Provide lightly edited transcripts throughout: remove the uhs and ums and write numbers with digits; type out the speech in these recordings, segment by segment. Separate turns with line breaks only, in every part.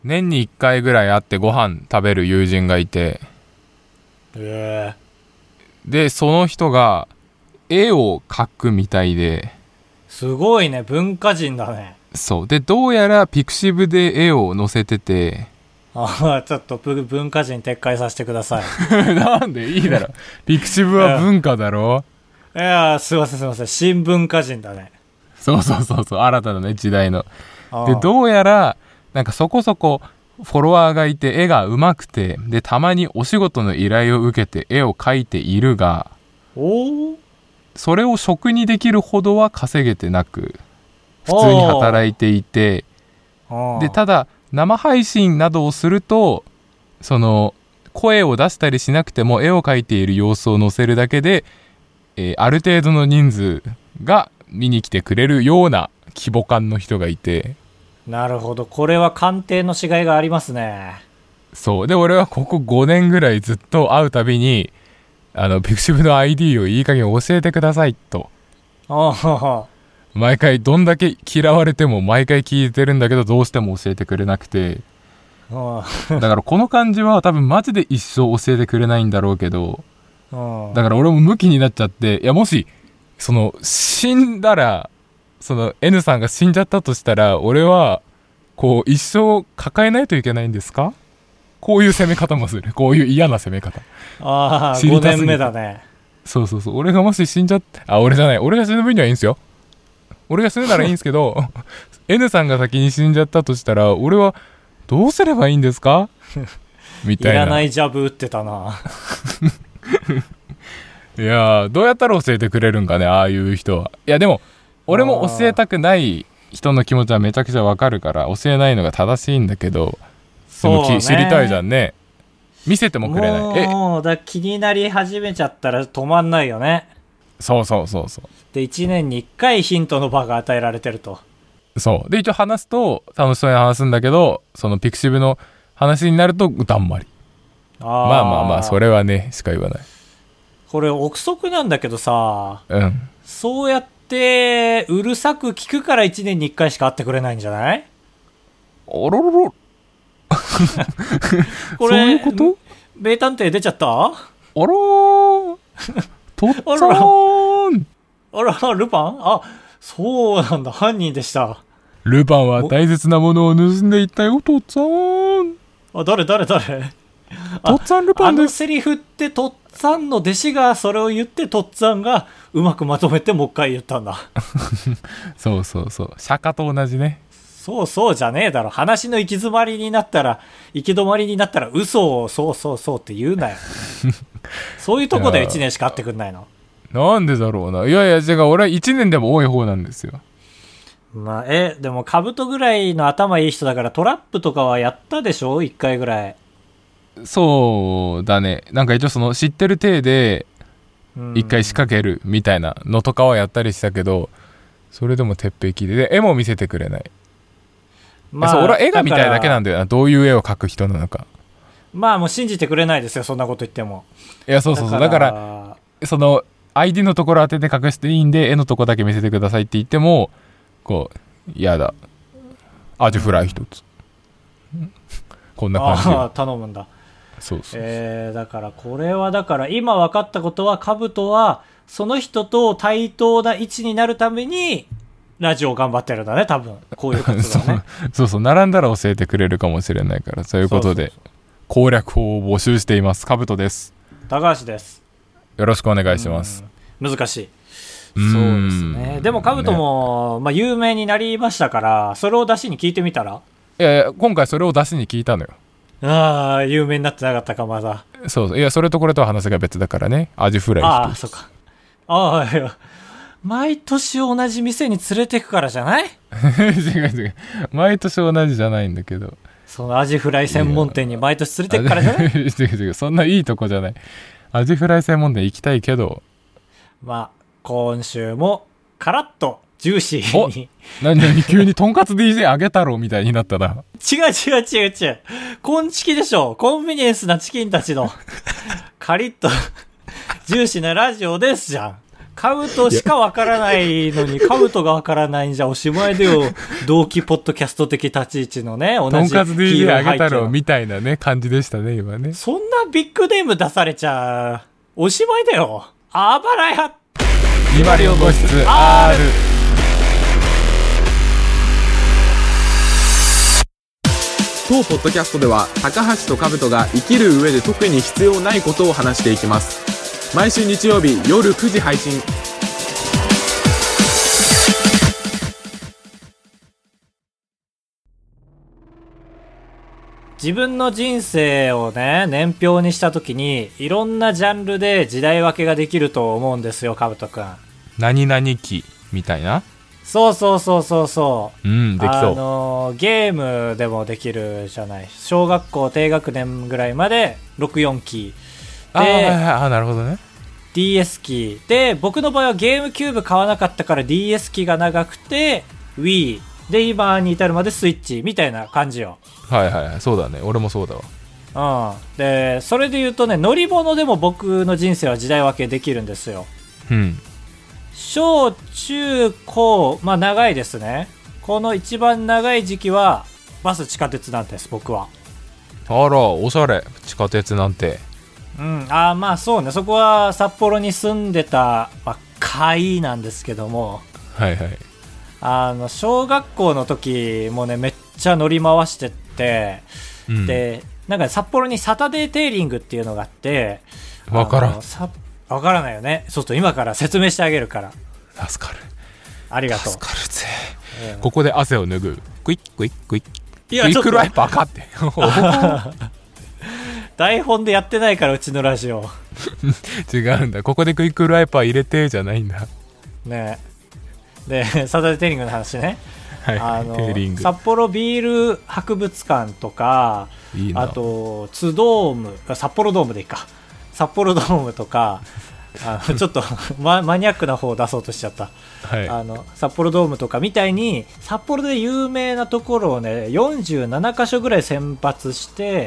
年に1回ぐらい会ってご飯食べる友人がいて、でその人が絵を描くみたいで、
すごいね、文化人だね。
そうで、どうやらピクシブで絵を載せてて、
あ、ちょっと文化人撤回させてください。
なんで、いいだろ、ピクシブは文化だろ。
いや、すいませんすいません、新文化人だね。
そう、新たなね、時代の。でどうやらなんかそこそこフォロワーがいて、絵が上手くて、でたまにお仕事の依頼を受けて絵を描いているが、それを職にできるほどは稼げてなく、普通に働いていて、でただ生配信などをすると、その声を出したりしなくても絵を描いている様子を載せるだけで、ある程度の人数が見に来てくれるような規模感の人がいて。
なるほど、これは鑑定のしがいがありますね。
そうで、俺はここ5年ぐらいずっと会うたびに、ピクシブの ID をいい加減教えてくださいと毎回、どんだけ嫌われても毎回聞いてるんだけど、どうしても教えてくれなくて、だからこの感じは多分マジで一生教えてくれないんだろうけど、だから俺もムキになっちゃって、いや、もしその死んだら、その N さんが死んじゃったとしたら、俺はこう一生抱えないといけないんですか？こういう攻め方もする。こういう嫌な攻め方。
5年目だね。
そう。俺がもし死んじゃって、俺じゃない、俺が死ぬ分にはいいんですよ。俺が死ぬならいいんですけどN さんが先に死んじゃったとしたら、俺はどうすればいいんですかみたいな。
いらないジャブ打ってたな。
いやー、どうやったら教えてくれるんかね、ああいう人は。いやでも俺も教えたくない人の気持ちはめちゃくちゃわかるから、教えないのが正しいんだけど、でも知りたいじゃんね。見せてもくれない。
もう気になり始めちゃったら止まんないよね。
そう。
で、1年に1回ヒントの場が与えられてると。
そうで、一応話すと楽しそうに話すんだけど、そのピクシブの話になるとだんまり。まあそれはねしか言わない。
これ憶測なんだけどさ、そうやってうるさく聞くから1年に1回しか会ってくれないんじゃない？
あららら
これ
そういうこと？
名探偵出ちゃった？
あらーとっつぁん。
あら、ルパン？あ、そうなんだ、犯人でした。
ルパンは大切なものを盗んでいったよ、とっつぁん。
誰
とっつぁんルパンです。
セリフってとっつぁんの弟子がそれを言って、とっつぁんがうまくまとめてもう一回言ったんだ。
そう釈迦と同じね。
そうじゃねえだろ。話の行き止まりになったら嘘をそうって言うなよ。そういうとこで1年しか会ってくんないの？
なんでだろうな。いや違う、俺は1年でも多い方なんですよ。
でもカブトぐらいの頭いい人だからトラップとかはやったでしょ？1回ぐらい。
そうだね。なんか一応その知ってる体で1回仕掛けるみたいなのとかはやったりしたけど、それでも鉄壁で絵も見せてくれない。俺は絵が見たいだけなんだよな。どういう絵を描く人なのか。
もう信じてくれないですよ、そんなこと言っても。
いやそうだからその ID のところ当てて隠していいんで、絵のとこだけ見せてくださいって言っても、こうやだ、アジフライ一つこんな感じ。
頼むんだ。
そう
だからこれは今分かったことは、カブトはその人と対等な位置になるためにラジオ頑張ってるんだね、多分。こういう活動ね。
そう並んだら教えてくれるかもしれないから、そういうことで攻略法を募集しています。カブトです。
高橋です。
よろしくお願いします。
難しい。そうですね。でもカブトも、有名になりましたから、それを出しに聞いてみたら？
いや今回それを出しに聞いたのよ。
有名になってなかったか、まだ。
いや、それとこれとは話が別だからね。アジフライ一つ。
そうか。いや、毎年同じ店に連れてくからじゃない？
違う毎年同じじゃないんだけど、
そのアジフライ専門店に毎年連れてくからじゃない？
違うそんないいとこじゃない。アジフライ専門店行きたいけど、
今週もカラッとジューシーに。
何急にとんかつ DJ あげ太郎みたいになったな。
違う。コンチキでしょ。コンビニエンスなチキンたちのカリッとジューシーなラジオですじゃん。 カブトしかわからないのに、カブトがわからないんじゃおしまいだよ。同期ポッドキャスト的立ち位置のね、同じ。
とんかつ DJ あげたろみたいなね、感じでしたね、今ね。
そんなビッグネーム出されちゃ、おしまいだよ。あばらや。
ビバリオ個室 R。
当ポッドキャストでは高橋と兜が生きる上で特に必要ないことを話していきます。毎週日曜日夜9時配信。
自分の人生をね、年表にしたときに、いろんなジャンルで時代分けができると思うんですよ、かぶとくん。
何々期みたいな。
そうそうそうそうそう。
うん、できそ
う。ゲームでもできるじゃない。小学校低学年ぐらいまで64期。で、
なるほどね。
DS 期。で、僕の場合はゲームキューブ買わなかったから DS 期が長くて、Wii。で、今に至るまでスイッチみたいな感じよ。
はいはいはい、そうだね。俺もそうだ
わ。で、それで言うとね、乗り物でも僕の人生は時代分けできるんですよ。
うん。
小中高、まあ長いですね。この一番長い時期はバス地下鉄なんです、僕は。
あら、おしゃれ。地下鉄なんて。
まあそうね、そこは札幌に住んでた、会なんですけども。
はいはい。
小学校の時もね、めっちゃ乗り回してって、で、なんか札幌にサタデーテーリングっていうのがあって、
わからん。
わからないよね。そうすると今から説明してあげるから。
助かる。
ありがとう。
助かるぜ。ここで汗を拭う。クイックイックイッ。
いや、
クイックライパーかって。
台本でやってないからうちのラジオ。
違うんだ。ここでクイックライパー入れてじゃないんだ。
ねで、サタデーテーリングの話ね。
はい、テーリング。
札幌ビール博物館とか、
いいな。
あと津ドーム、札幌ドームでいいか。札幌ドームとか、ちょっとマニアックな方を出そうとしちゃった。
はい、
札幌ドームとかみたいに札幌で有名なところをね47カ所ぐらい選抜して、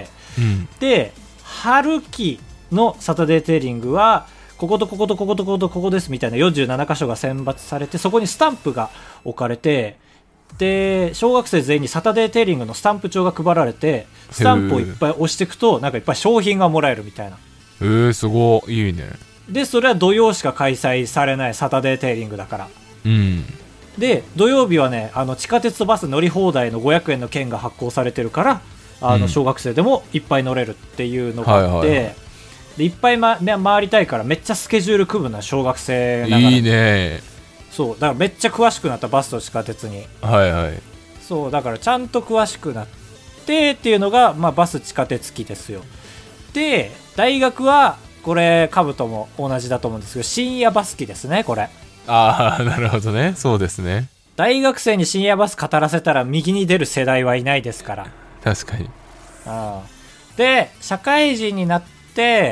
で春季のサタデーテーリングはこことこことこことこことここですみたいな47カ所が選抜されて、そこにスタンプが置かれて、で小学生全員にサタデーテーリングのスタンプ帳が配られて、スタンプをいっぱい押していくとなんかいっぱい商品がもらえるみたいな。
すごいいいね。
でそれは土曜しか開催されないサタデーテーリングだから。で土曜日はね、地下鉄とバス乗り放題の500円の券が発行されてるから、小学生でもいっぱい乗れるっていうのがあって、でいっぱい、回りたいからめっちゃスケジュール組むの、小学生ながら。
いいね。
そうだからめっちゃ詳しくなった、バスと地下鉄に。
はいはい。
そうだからちゃんと詳しくなってっていうのが、バス地下鉄期ですよ。で大学はこれカブトも同じだと思うんですけど、深夜バス期ですね、これ。
なるほどね。そうですね。
大学生に深夜バス語らせたら右に出る世代はいないですから。
確かに。
で社会人になって、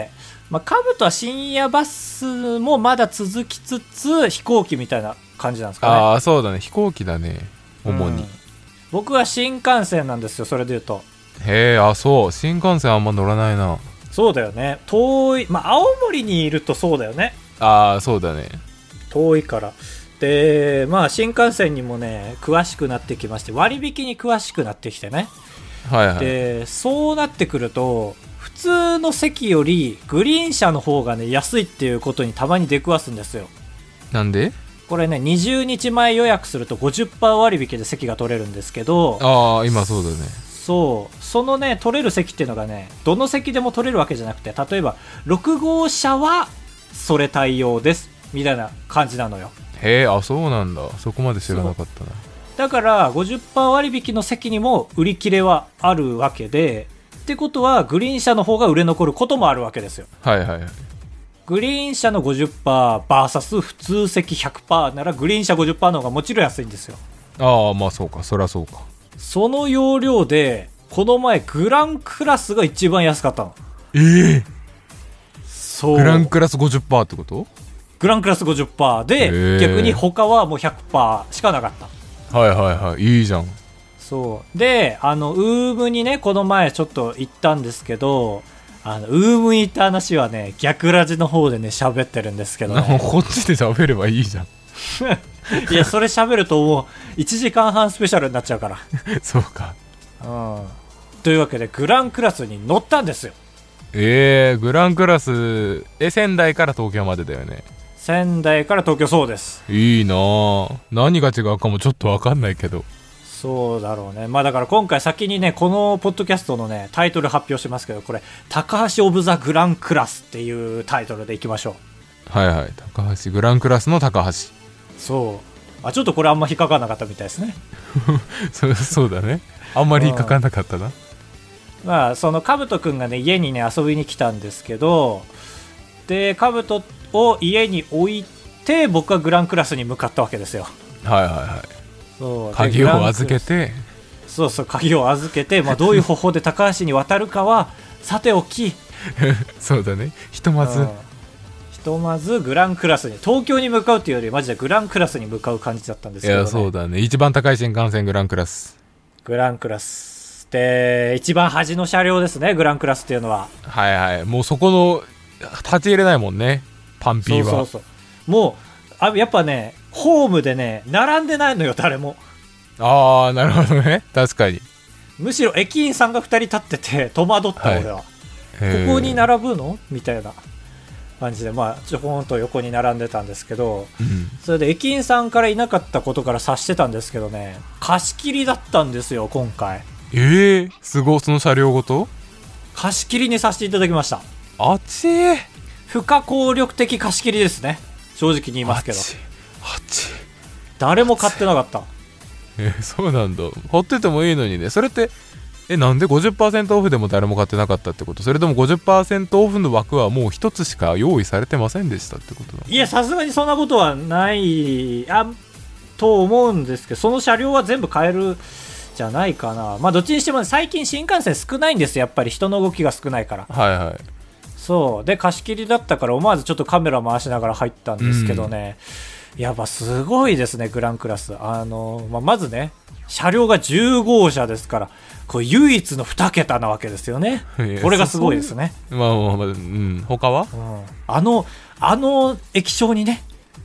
カブトは深夜バスもまだ続きつつ飛行機みたいな感じなんですかね。
そうだね、飛行機だね、主に。
僕は新幹線なんですよ、それで言うと。
へえ、そう。新幹線あんま乗らないな。
そうだよね、遠い。青森にいるとそうだよね。
そうだね、
遠いから。で新幹線にもね詳しくなってきまして、割引に詳しくなってきてね。
はいはい。
でそうなってくると普通の席よりグリーン車の方がね安いっていうことにたまに出くわすんですよ。
なんで？
これね20日前予約すると 50% 割引で席が取れるんですけど。
今そうだね。
そのね取れる席っていうのがね、どの席でも取れるわけじゃなくて、例えば6号車はそれ対応ですみたいな感じなのよ。
へえ、そうなんだ。そこまで知らなかったな。
だから 50% 割引の席にも売り切れはあるわけで、ってことはグリーン車の方が売れ残ることもあるわけですよ。
はいはいはい。
グリーン車の 50%vs 普通席 100% ならグリーン車 50% の方がもちろん安いんですよ。
そうか、そりゃそうか。
その要領でこの前グランクラスが一番安かったの。そう。
グランクラス 50% ってこと？
グランクラス 50% で、逆に他はもう 100% しかなかった。
はいはいはい、いいじゃん。
そうでウームにねこの前ちょっと行ったんですけど、 ウームインって話はね、逆ラジの方でね喋ってるんですけど、ね、
こっちで喋ればいいじゃん
いやそれ喋るともう1時間半スペシャルになっちゃうから
そうか。
というわけでグランクラスに乗ったんですよ。
グランクラス仙台から東京までだよね。
仙台から東京、そうです。
いいなぁ。何が違うかもちょっと分かんないけど。
そうだろうね。まあだから今回先にねこのポッドキャストのねタイトル発表しますけど、これ高橋オブザグランクラスっていうタイトルでいきましょ
う。はいはい、高橋、グランクラスの高橋。
そう、ちょっとこれあんま引っかかんなかったみたいですね
そうだね、あんまり引っかかんなかったな。
まあそのカブトくんがね家にね遊びに来たんですけど、でカブトを家に置いて僕はグランクラスに向かったわけですよ。
はいはいはい。
そう
鍵を預けて、
そう鍵を預けて、まあ、どういう方法で高橋に渡るかはさておき
そうだね、ひとまず
グランクラスに、東京に向かうというよりマジでグランクラスに向かう感じだったんですけど、ね、
いやそうだね、一番高い新幹線グランクラス
で一番端の車両ですね、グランクラスっていうのは。はい
はい、もうそこの立ち入れないもんね、パンピーは。
そうもうやっぱねホームでね並んでないのよ誰も。
ああなるほどね、確かに。
むしろ駅員さんが2人立ってて戸惑った俺は、ここに並ぶのみたいな感じで、まあちょこんと横に並んでたんですけど、それで駅員さんからいなかったことから察してたんですけどね、貸し切りだったんですよ今回。
すごい、その車両ごと
貸し切りにさせていただきました。
あっちー、
不可抗力的貸し切りですね、正直に言いますけど。
あっち
誰も買ってなかった。
そうなんだ、買っててもいいのにね。それってなんで 50% オフでも誰も買ってなかったってこと？それとも 50% オフの枠はもう一つしか用意されてませんでしたってことだ？
いやさすがにそんなことはないと思うんですけど、その車両は全部買えるじゃないかな。まあどっちにしても、ね、最近新幹線少ないんですよ、やっぱり人の動きが少ないから。
はいはい。
そうで貸し切りだったから思わずちょっとカメラ回しながら入ったんですけどね、やっぱすごいですねグランクラス。まずね車両が10号車ですから、これ唯一の2桁なわけですよね。これがすごいですね。
まあ、他は、
あの液晶にね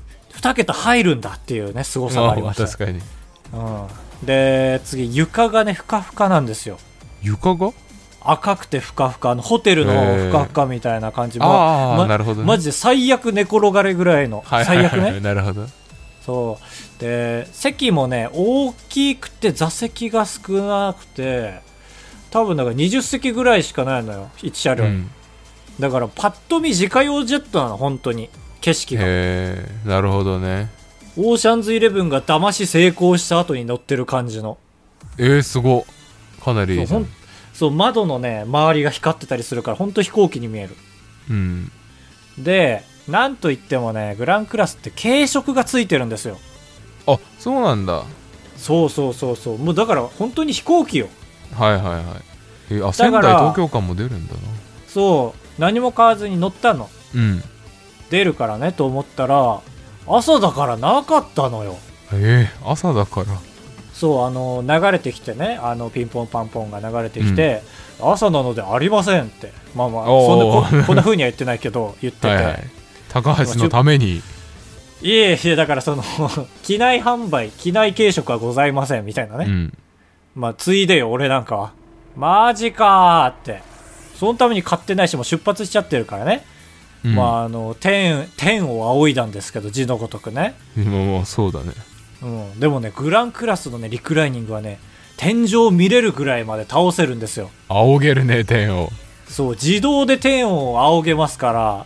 2桁入るんだっていうねすごさがありました。
確かに。
で次床がねふかふかなんですよ。
床が
赤くてふかふか、ホテルのふかふかみたいな感じ。
なるほどね、
マジで最悪寝転がれぐらいの、最悪ね。
なるほど。
そうで席もね大きくて座席が少なくて、多分だから20席ぐらいしかないのよ1車両、だからパッと見自家用ジェットなの本当に景色が。
なるほどね。
オーシャンズイレブンが騙し成功した後に乗ってる感じの。
すごかなりいいじゃん。
そう窓のね周りが光ってたりするから本当飛行機に見える。でなんといってもねグランクラスって軽食がついてるんですよ。
あ、そうなんだ。
そうもうだから本当に飛行機よ。
仙台東京間も出るんだな。
そう何も買わずに乗ったの、出るからねと思ったら朝だからなかったのよ。
朝だから。
そう流れてきてね、ピンポンパンポンが流れてきて、朝なのでありませんって、まあこんな風には言ってないけど言ってて、
高橋のために。
いえだからその機内販売機内軽食はございませんみたいなね、まあついでよ俺なんかはマジかーって、そのために買ってないしもう出発しちゃってるからね、まあ天を仰いだんですけど字のごとくね。
もうそうだね。
でもねグランクラスのねリクライニングはね天井見れるぐらいまで倒せるんですよ。
仰げるね天を。
そう自動で天を仰げますから、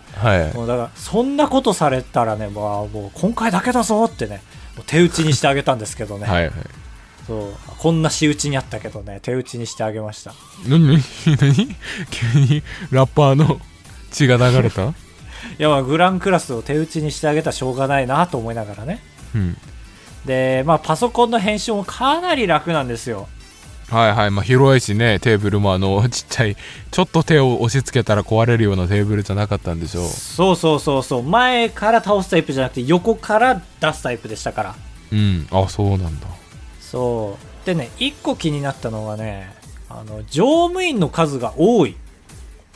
もうだからそんなことされたらね、もう今回だけだぞってねもう手打ちにしてあげたんですけどね。そうこんな仕打ちにあったけどね手打ちにしてあげました。
何急にラッパーの血が流れたい
やまあグランクラスを手打ちにしてあげたらしょうがないなと思いながらね、でまあパソコンの編集もかなり楽なんですよ。
まあ広いしね、テーブルもちっちゃい、ちょっと手を押し付けたら壊れるようなテーブルじゃなかったんでしょう。
そう前から倒すタイプじゃなくて横から出すタイプでしたから。
あ、そうなんだ。
そうでね1個気になったのがね乗務員の数が多い。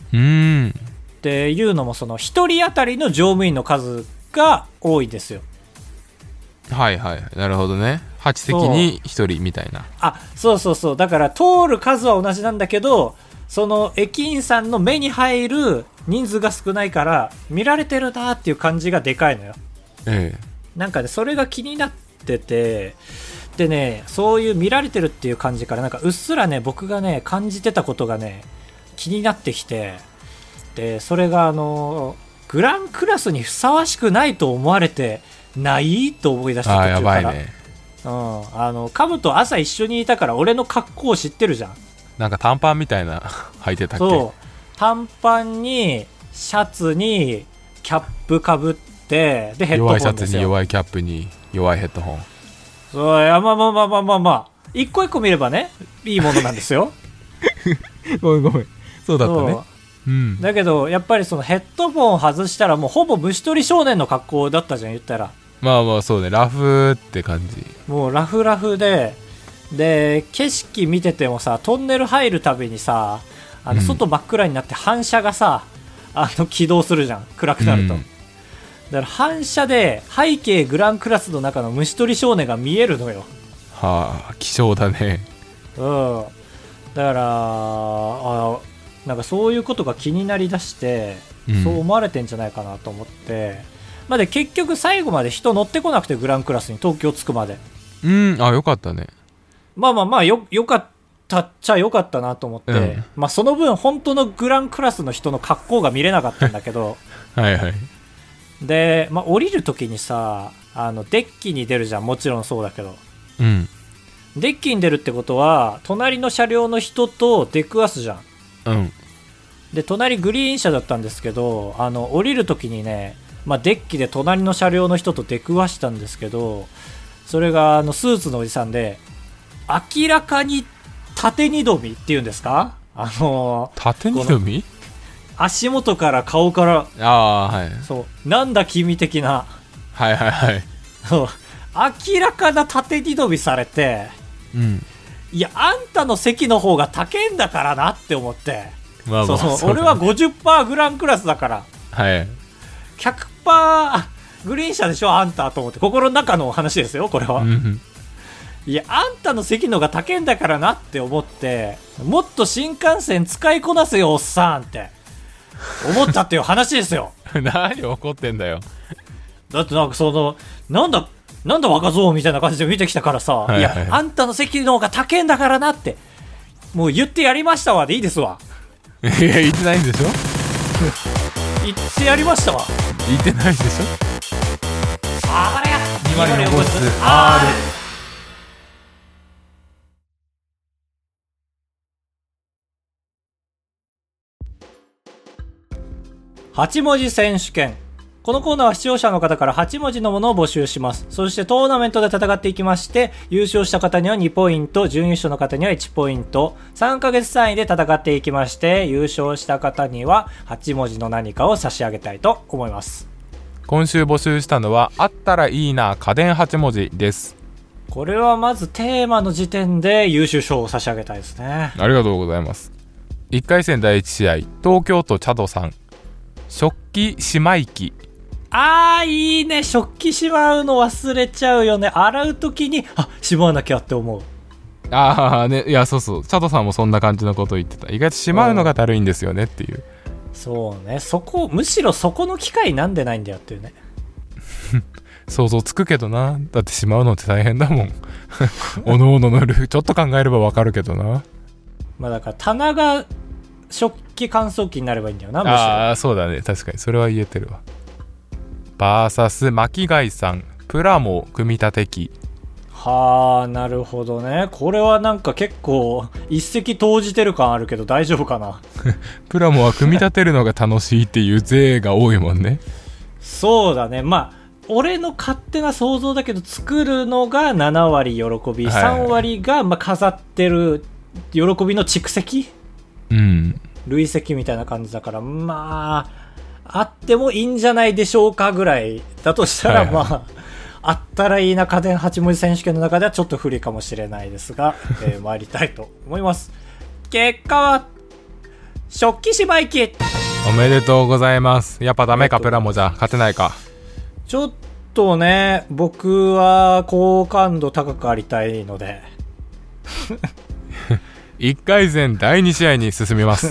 っていうのも、その1人当たりの乗務員の数が多いんですよ。
はいはい、なるほどね。8席に1人みたいな。
そうそうそう。だから通る数は同じなんだけど、その駅員さんの目に入る人数が少ないから見られてるなっていう感じがでかいのよ。なんかね、それが気になってて、でね、そういう見られてるっていう感じからなんかうっすらね、僕がね感じてたことがね気になってきて、でそれがグランクラスにふさわしくないと思われてないと思い出して、途中から。やばいね。カブと朝一緒にいたから俺の格好を知ってるじゃん。
なんか短パンみたいな履いてたっけ。
そう短パンにシャツにキャップかぶって、でヘッドホンですよ。
弱いシャツに弱いキャップに弱いヘッドホン。
そうや、まあ一個一個見ればねいいものなんですよ。
ごめんそうだったね。
だけどやっぱりそのヘッドホン外したらもうほぼ虫取り少年の格好だったじゃん、言ったら。
まあそうね、ラフって感じ。も
うラフで景色見ててもさ、トンネル入るたびにさ、外真っ暗になって反射がさ起動するじゃん、暗くなると。だから反射で背景グランクラスの中の虫取り少年が見えるのよ。
希少だね。
だからなんかそういうことが気になりだして、そう思われてんじゃないかなと思って、で結局最後まで人乗ってこなくて、グランクラスに東京着くまで。
よかったね。
よかったっちゃよかったなと思って、その分本当のグランクラスの人の格好が見れなかったんだけど
はいはい。
で、降りるときにさ、デッキに出るじゃん。もちろんそうだけど、デッキに出るってことは隣の車両の人と出くわすじゃん。で隣グリーン車だったんですけど、降りるときにね、デッキで隣の車両の人と出くわしたんですけど、それがスーツのおじさんで、明らかに縦二度見っていうんですか、
縦二度見、
足元から顔から、そうなんだ君的な、明らかな縦二度見されて、いやあんたの席の方が高えんだからなって思って、俺は 50% グランクラスだから、100% グリーン車でしょあんたと思って、心の中の話ですよこれは。いやあんたの席のが高えんだからなって思って、もっと新幹線使いこなせよおっさんって思ったっていう話ですよ。
何怒ってんだよ。
だってなんかなんだ若造みたいな感じで見てきたからさ、いやあんたの席の方が高えんだからなってもう言ってやりましたわでいいですわ。
いや言ってないんでしょ。
言ってやりましたわ。
言ってないでしょ。
あれや
204号室 R。
8文字選手権。このコーナーは視聴者の方から8文字のものを募集します。そしてトーナメントで戦っていきまして、優勝した方には2ポイント、準優勝の方には1ポイント、3ヶ月単位で戦っていきまして、優勝した方には8文字の何かを差し上げたいと思います。
今週募集したのは、あったらいいな家電8文字です。
これはまずテーマの時点で優秀賞を差し上げたいですね。
ありがとうございます。1回戦第1試合、東京都チャドさん。食器しまい機。
いいね。食器しまうの忘れちゃうよね。洗うときにしまわなきゃって思う。
ね、いやそうチャドさんもそんな感じのことを言ってた。意外としまうのがだるいんですよねっていう。
そうね、むしろそこの機会なんでないんだよっていうね。
想像つくけどな。だってしまうのって大変だもん。おのおののルールちょっと考えればわかるけどな。
だから棚が食器乾燥機になればいいんだよな。むしろ
そうだね、確かにそれは言えてるわ。バーサス巻貝さん、プラモ組み立て機。
なるほどね。これはなんか結構一石投じてる感あるけど大丈夫かな。
プラモは組み立てるのが楽しいっていう税が多いもんね。
そうだね。俺の勝手な想像だけど、作るのが7割喜び、3割が飾ってる喜びの蓄積、累積みたいな感じだから、あってもいいんじゃないでしょうかぐらいだとしたら、あったらいいな家電8文字選手権の中ではちょっと不利かもしれないですが、参りたいと思います。結果は食器芝居機。
おめでとうございます。やっぱダメか、プラモじゃ勝てないか。
ちょっとね、僕は好感度高くありたいので
1回戦第2試合に進みます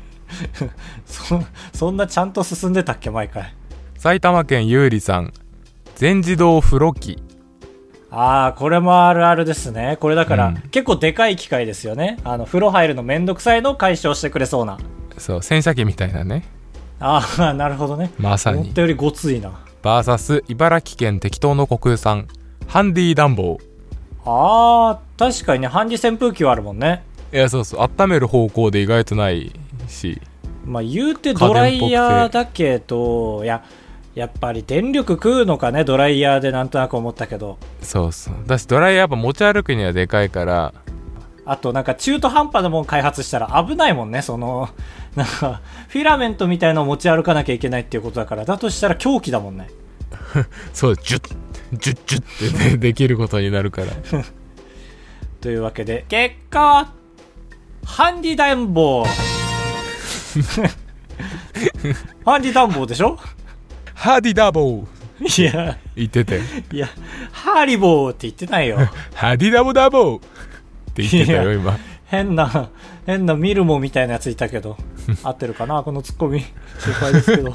そんなちゃんと進んでたっけ毎回。
埼玉県ゆうりさん、全自動風呂機。
ああ、これもあるあるですね。これだから、結構でかい機械ですよね。風呂入るのめんどくさいのを解消してくれそうな。
そう洗車機みたいなね。
ああ、なるほどね。
まさに
思ったよりごついな。
バーサス茨城県適当の虚空さん、ハンディ暖房。
ああ、確かにね、ハンディ扇風機はあるもんね。
いや、そうそう、温める方向で意外とないし、
まあ言うてドライヤーだけど、やっぱり電力食うのかね、ドライヤーでなんとなく思ったけど。
そうそう、だしドライヤーやっぱ持ち歩くにはでかいから。
あとなんか中途半端なもん開発したら危ないもんね。なんかフィラメントみたいのを持ち歩かなきゃいけないっていうことだから、だとしたら凶器だもんね
そう、ジュッジュッジュッって、ね、できることになるから
というわけで結果はハンディ暖房ハンディ暖房でしょ。
ハーディダボー。
いや
言ってて、
いやハリボーって言ってないよ
ハディダボダボーって言ってたよ今。
変なミルモみたいなやついたけど合ってるかなこのツッコミ。心配ですけど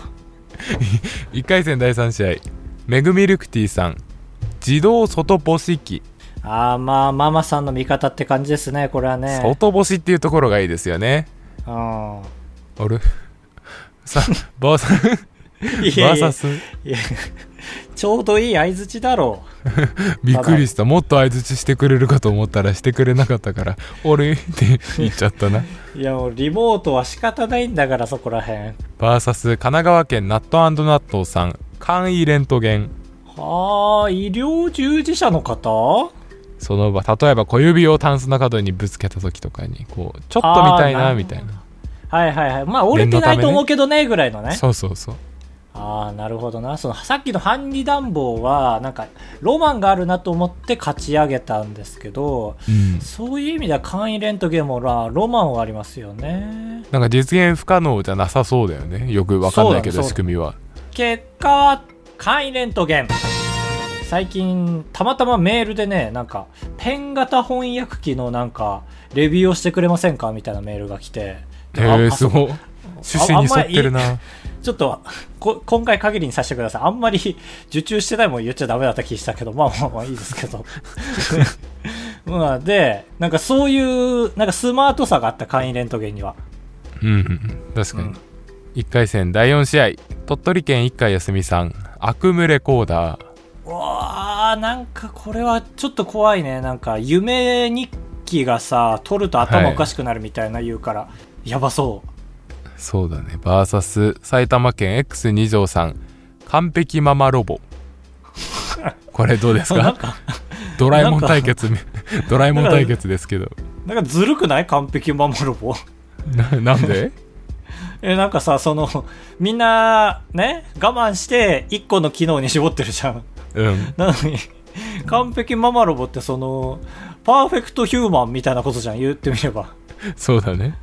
1回戦第3試合、メグミルクティーさん、自動外干し機。
ああ、まあママさんの味方って感じですね、これはね。
外干しっていうところがいいですよね。
あ
れさバーサスバーサス、
いやちょうどいい相槌だろう
びっくりした。もっと相槌してくれるかと思ったらしてくれなかったから俺って言っちゃったな。
いやもうリモートは仕方ないんだから、そこらへん。
バーサス神奈川県ナット&ナットさん、簡易レントゲン。
はあ、医療従事者の方。
その場、例えば小指をタンスの角にぶつけた時とかにこうちょっと見たいなみたいな。
はいはいはい。まあ折れてないと思うけどねぐらいのね。
そうそうそう。
ああ、なるほどな。さっきのハンディ暖房はなんかロマンがあるなと思って勝ち上げたんですけど、そういう意味では簡易レントゲンもロマンはありますよね。
なんか実現不可能じゃなさそうだよね。よくわかんないけど、仕組みは。
結果は簡易レントゲン。最近たまたまメールでね、なんかペン型翻訳機のなんかレビューをしてくれませんかみたいなメールが来て、
すごい趣旨に沿ってるな。
ちょっと今回限りにさせてください。あんまり受注してないもん言っちゃダメだった気したけど、まあいいですけどまあでなんかそういうなんかスマートさがあった、簡易レントゲンには。
確かに。1回戦第4試合、鳥取県一回休みさん、悪夢レコーダー。
わー、なんかこれはちょっと怖いね。なんか夢日記がさ撮ると頭おかしくなるみたいな言うから、やばそう。
そうだね。バーサス埼玉県 X2 条さん、完璧ママロボ。これどうですかドラえもん対決ドラえもん対決ですけど、
なんかずるくない？完璧ママロボ
なんで
なんかさ、みんなね我慢して1個の機能に絞ってるじゃん。なのに完璧ママロボってパーフェクトヒューマンみたいなことじゃん、言ってみれば。
そうだね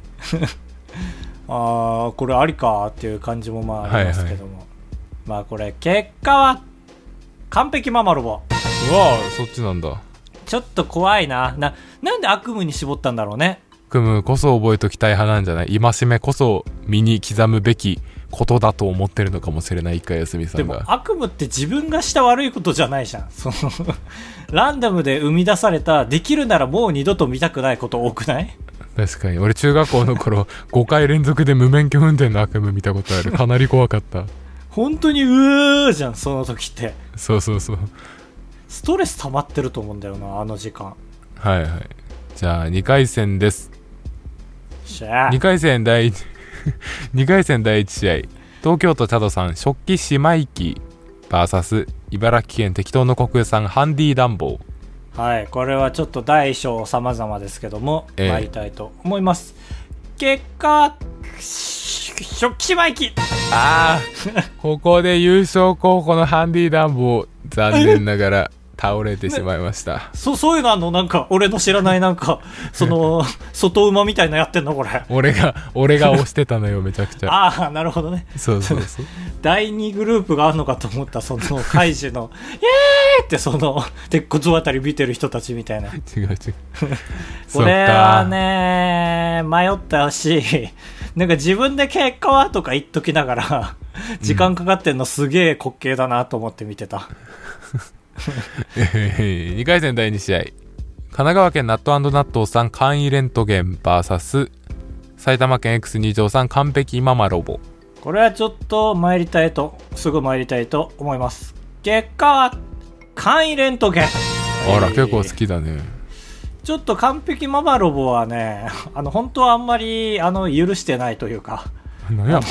これありかっていう感じもまあありますけども、まあこれ結果は完璧ママロボ。うわ
あ、そっちなんだ。
ちょっと怖いな。なんで悪夢に絞ったんだろうね。
悪夢こそ覚えときたい派なんじゃない？戒めこそ身に刻むべきことだと思ってるのかもしれない。一回休みさんが。
でも悪夢って自分がした悪いことじゃないじゃん。ランダムで生み出された、できるならもう二度と見たくないこと多くない？
確かに。俺中学校の頃5回連続で無免許運転の悪夢見たことある。かなり怖かった。
本当にうーじゃん、その時って。
そうそうそう。
ストレス溜まってると思うんだよな、あの時間。
はいはい。じゃあ2回戦です。2回戦第1試合、東京都チャドさん、食器姉妹機 VS 茨城県適当の国有さん、ハンディ暖房。
はい、これはちょっと大小様々ですけども、参りたいと思います。結果、食器姉妹機。こ
こで優勝候補のハンディ暖房、残念ながら倒れてしまいました、
ね、そういうのあんの？なんか俺の知らないなんかその外馬みたいなやってんのこれ。
俺が押してたのよめちゃくちゃ。
ああなるほどね。
そう
第2グループがあるのかと思った。そのカイジのイエーイってその鉄骨渡り見てる人たちみたいな。
違う
これはね迷ったし、なんか自分で結果はとか言っときながら時間かかってんのすげえ滑稽だなと思って見てた。
2回戦第2試合、神奈川県ナット&ナットさん簡易レントゲン VS 埼玉県 X2 条さん完璧ママロボ。
これはちょっとすぐ参りたいと思います。結果は簡易レントゲン。
あら結構好きだね。
ちょっと完璧ママロボはね本当はあんまり許してないというか、
何や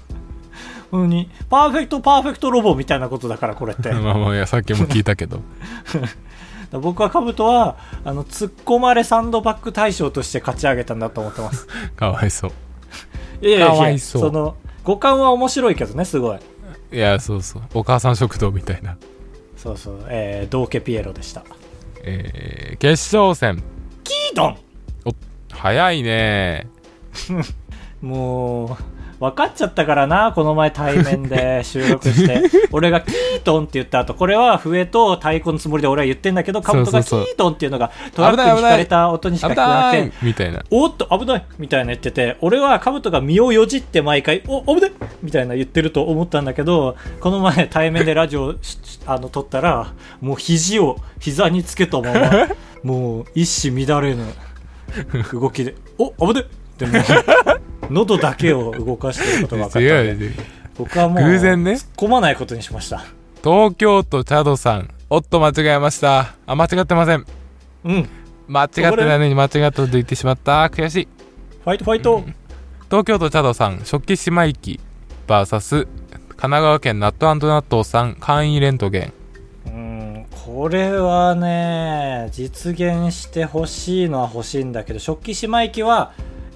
パーフェクトロボみたいなことだからこれって
まあいやさっきも聞いたけど
僕はカブトは突っ込まれサンドバッグ大賞として勝ち上げたんだと思ってます。
かわいそう。
かわいそう。その五感は面白いけどねすごい。
いやそうお母さん食堂みたいな。
そう、道家ピエロでした。
決勝戦
キートン。
お早いね
もう分かっちゃったからな。この前対面で収録して俺がキートンって言った後、これは笛と太鼓のつもりで俺は言ってんだけど、カブトがキートンっていうのがトラックに引かれた音にしか聞こえなくて
みたいな、
おっと危ないみたいな言ってて、俺はカブトが身をよじって毎回お危ないみたいな言ってると思ったんだけど、この前対面でラジオ撮ったらもう肘を膝につけたままもう一糸乱れぬ動きでお危ないでも喉だけを動かしてることが分かったので僕はもう
偶然ね
突っ込まないことにしました。
東京都チャドさん、おっと間違えました。間違ってません。間違ってないのに間違ったと言ってしまった。悔しい。
ファイト、
東京都チャドさん食器姉妹機 VS 神奈川県ナット&ナットさん簡易レントゲン。
これはね実現してほしいのは欲しいんだけど、食器姉妹機は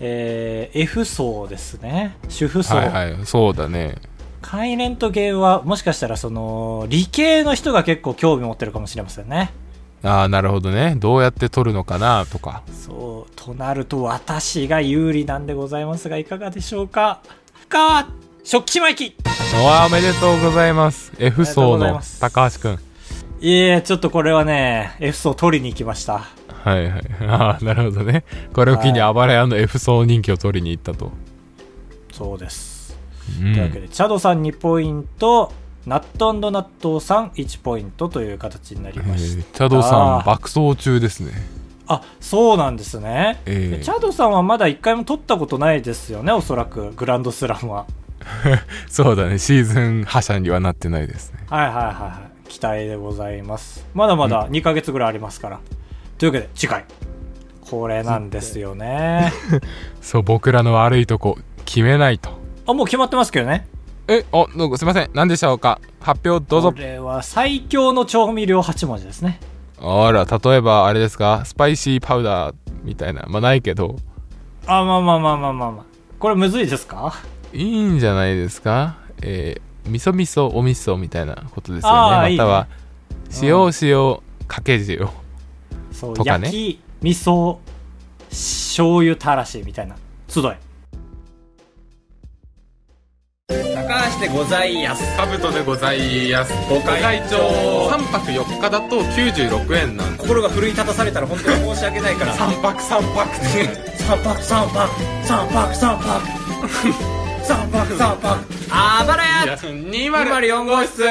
F 層ですね。主婦層。
そうだね。
簡易レントゲンはもしかしたらその理系の人が結構興味持ってるかもしれませんね。
ああなるほどね。どうやって撮るのかなとか。
そうとなると私が有利なんでございますが、いかがでしょうか。食器姉妹機。
おめでとうございます。 F 層の高橋くん。
ちょっとこれはね F 層取りに行きました。
ああなるほどね。これを機にあばら屋の F 層人気を取りに行ったと。
そうです、というわけでチャドさん2ポイント、ナット&ナットさん1ポイントという形になりました。
チャドさん爆走中ですね。
あ、そうなんですね、チャドさんはまだ1回も取ったことないですよね、おそらくグランドスラムは
そうだね、シーズン覇者にはなってないですね。
期待でございます。まだまだ2ヶ月ぐらいありますから、というわけで次回これなんですよね
そう僕らの悪いとこ決めないと。
もう決まってますけどね。
すいません、何でしょうか。発表どうぞ。
これは最強の調味料8文字ですね。
あら、例えばあれですか、スパイシーパウダーみたいな。ないけど
まあこれむずいですか。
いいんじゃないですか。味噌お味噌みたいなことですよね。または塩かけ塩とかね。
焼き味噌醤油たらしみたいな集え。高橋でございやす。
カブトでございやす。ご会長3泊4日だと96円なんで。
心が奮い立たされたら本当に申し訳ないから
3泊3泊
あばらや204号室。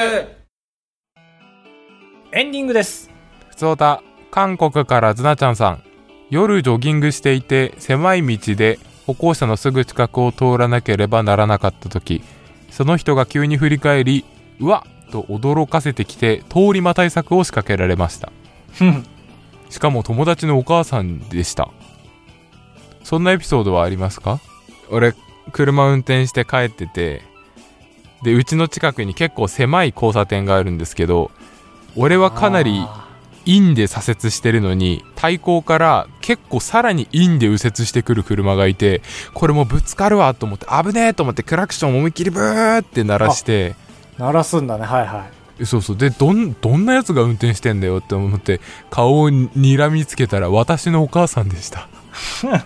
エンディングです。
ふつおた、韓国からズナちゃんさん。夜ジョギングしていて狭い道で歩行者のすぐ近くを通らなければならなかった時、その人が急に振り返りうわっと驚かせてきて通り魔対策を仕掛けられましたしかも友達のお母さんでした。そんなエピソードはありますか？俺車運転して帰ってて、でうちの近くに結構狭い交差点があるんですけど、俺はかなりインで左折してるのに対向から結構さらにインで右折してくる車がいて、これもうぶつかるわと思って危ねえと思ってクラクション思いっきりブーって鳴らして、
鳴らすんだね。
そうそう。で、どんなやつが運転してんだよって思って、顔を睨みつけたら、私のお母さんでした。
危ね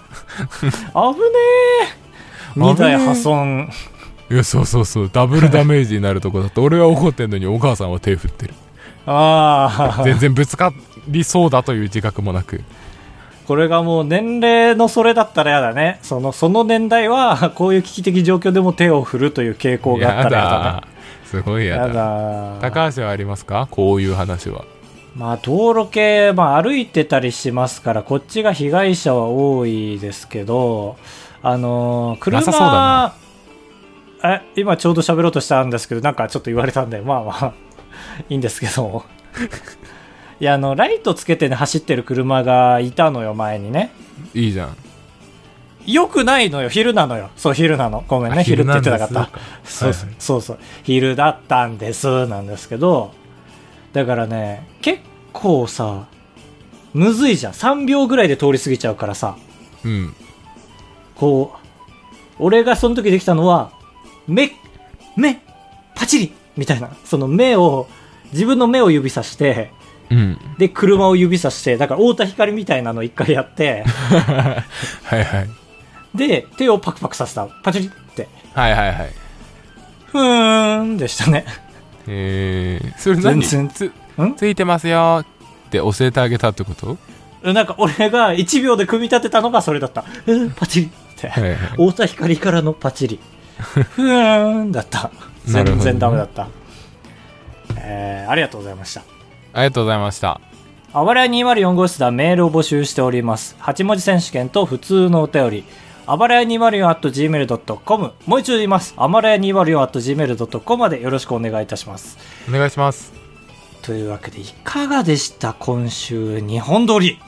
え。2台破損。
いや、そうそうそう。ダブルダメージになるとこだと、俺は怒ってんのにお母さんは手振ってる。
ああ。
全然ぶつかりそうだという自覚もなく。
これがもう年齢のそれだったらやだね。その年代は、こういう危機的状況でも手を振るという傾向があったらやだね。
すごいやだ。高橋はありますか？こういう話は。
まあ道路系、歩いてたりしますから、こっちが被害者は多いですけど、車、
なさそうだ
な。今ちょうど喋ろうとしたんですけど、なんかちょっと言われたんで、いいんですけど。いや、ライトつけてね、走ってる車がいたのよ、前にね。
いいじゃん。
よくないのよ、昼なのよ。そう、昼なの。ごめんね、昼って言ってなかった。そう、昼だったんです、なんですけど、だからね、結構さ、むずいじゃん。3秒ぐらいで通り過ぎちゃうからさ。
うん。
こう、俺がその時できたのは、目、パチリみたいな。その自分の目を指さして、
うん、
で、車を指さして、だから太田光みたいなの一回やって、
はいはい。
で、手をパクパクさせた。パチリって。
はいはいはい。
ふーんでしたね。
それ何？
つ
いてますよって教えてあげたってこと？
なんか俺が1秒で組み立てたのがそれだった。パチリって。はいはい、太田光からのパチリ。ふーんだった。全然ダメだった。ありがとうございました。
ありがとうございました。
あばらや204号室ではメールを募集しております。8文字選手権と普通のお便り。あばらや 204@gmail.com。もう一度言います。あばらや 204@gmail.com までよろしくお願いいたします。
お願いします。
というわけで、いかがでした今週2本撮り。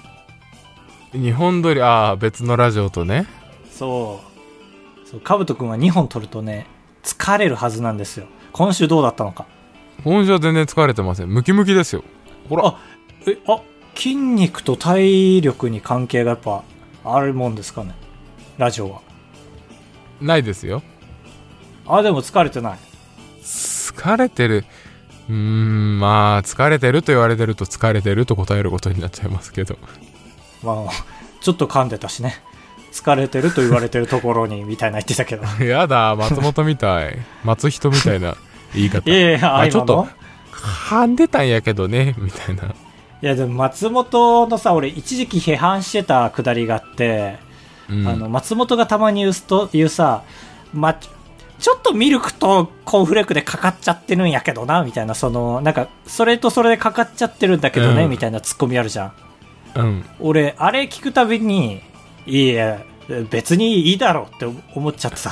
2本撮り、別のラジオとね。
そう、かぶとくんは2本撮るとね、疲れるはずなんですよ。今週どうだったのか。
今週は全然疲れてません。ムキムキですよ。ほら。
筋肉と体力に関係がやっぱあるもんですかね、ラジオは。
ないですよ。
でも疲れてない。
疲れてる。疲れてると言われてると疲れてると答えることになっちゃいますけど。
ちょっと噛んでたしね。疲れてると言われてるところにみたいな言ってたけど。
やだ、松本みたい。松人みたいな言い方。ちょっと噛んでたんやけどね、みたいな。
いやでも松本のさ、俺一時期批判してたくだりがあって、松本がたまに言うさ、ちょっとミルクとコーンフレークでかかっちゃってるんやけどな、みたいな、なんかそれとそれでかかっちゃってるんだけどね、みたいなツッコミあるじゃん。俺あれ聞くたびに、いや別にいいだろうって思っちゃってた。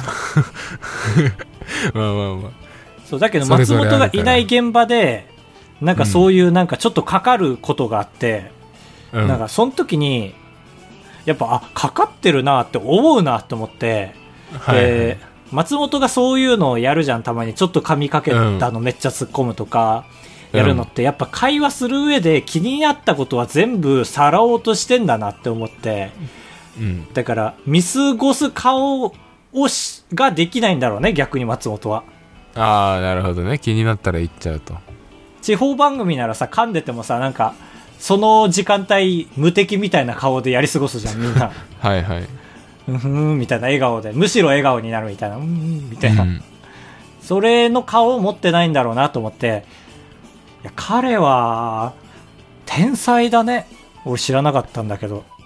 そうだけど松本がいない現場でなんかそういうなんかちょっとかかることがあって、なんかその時にやっぱかかってるなって思うなって思って、で松本がそういうのをやるじゃん、たまにちょっと噛みかけたのめっちゃ突っ込むとかやるのって、やっぱ会話する上で気になったことは全部さらおうとしてんだなって思って、だから見過ごす顔ができないんだろうね、逆に松本は。
なるほどね。気になったら言っちゃうと。
地方番組ならさ、噛んでてもさ、なんかその時間帯無敵みたいな顔でやり過ごすじゃん、みんな。
はいはい。
みたいな笑顔で、むしろ笑顔になるみたいな、みたいな、それの顔を持ってないんだろうなと思って、いや彼は天才だね。俺知らなかったんだけど。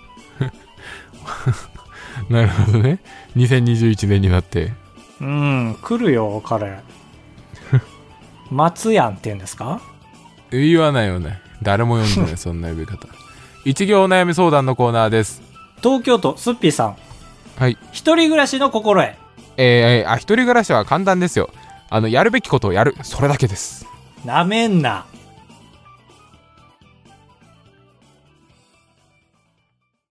なるほどね。2021年になって。
来るよ彼。松やんって言うんですか？
言わないよね。誰も読んでないそんな呼び方。一行お悩み相談のコーナーです。
東京都すっぴーさん。
はい。
一人暮らしの心得。
一人暮らしは簡単ですよ。やるべきことをやる、それだけです。
なめんな。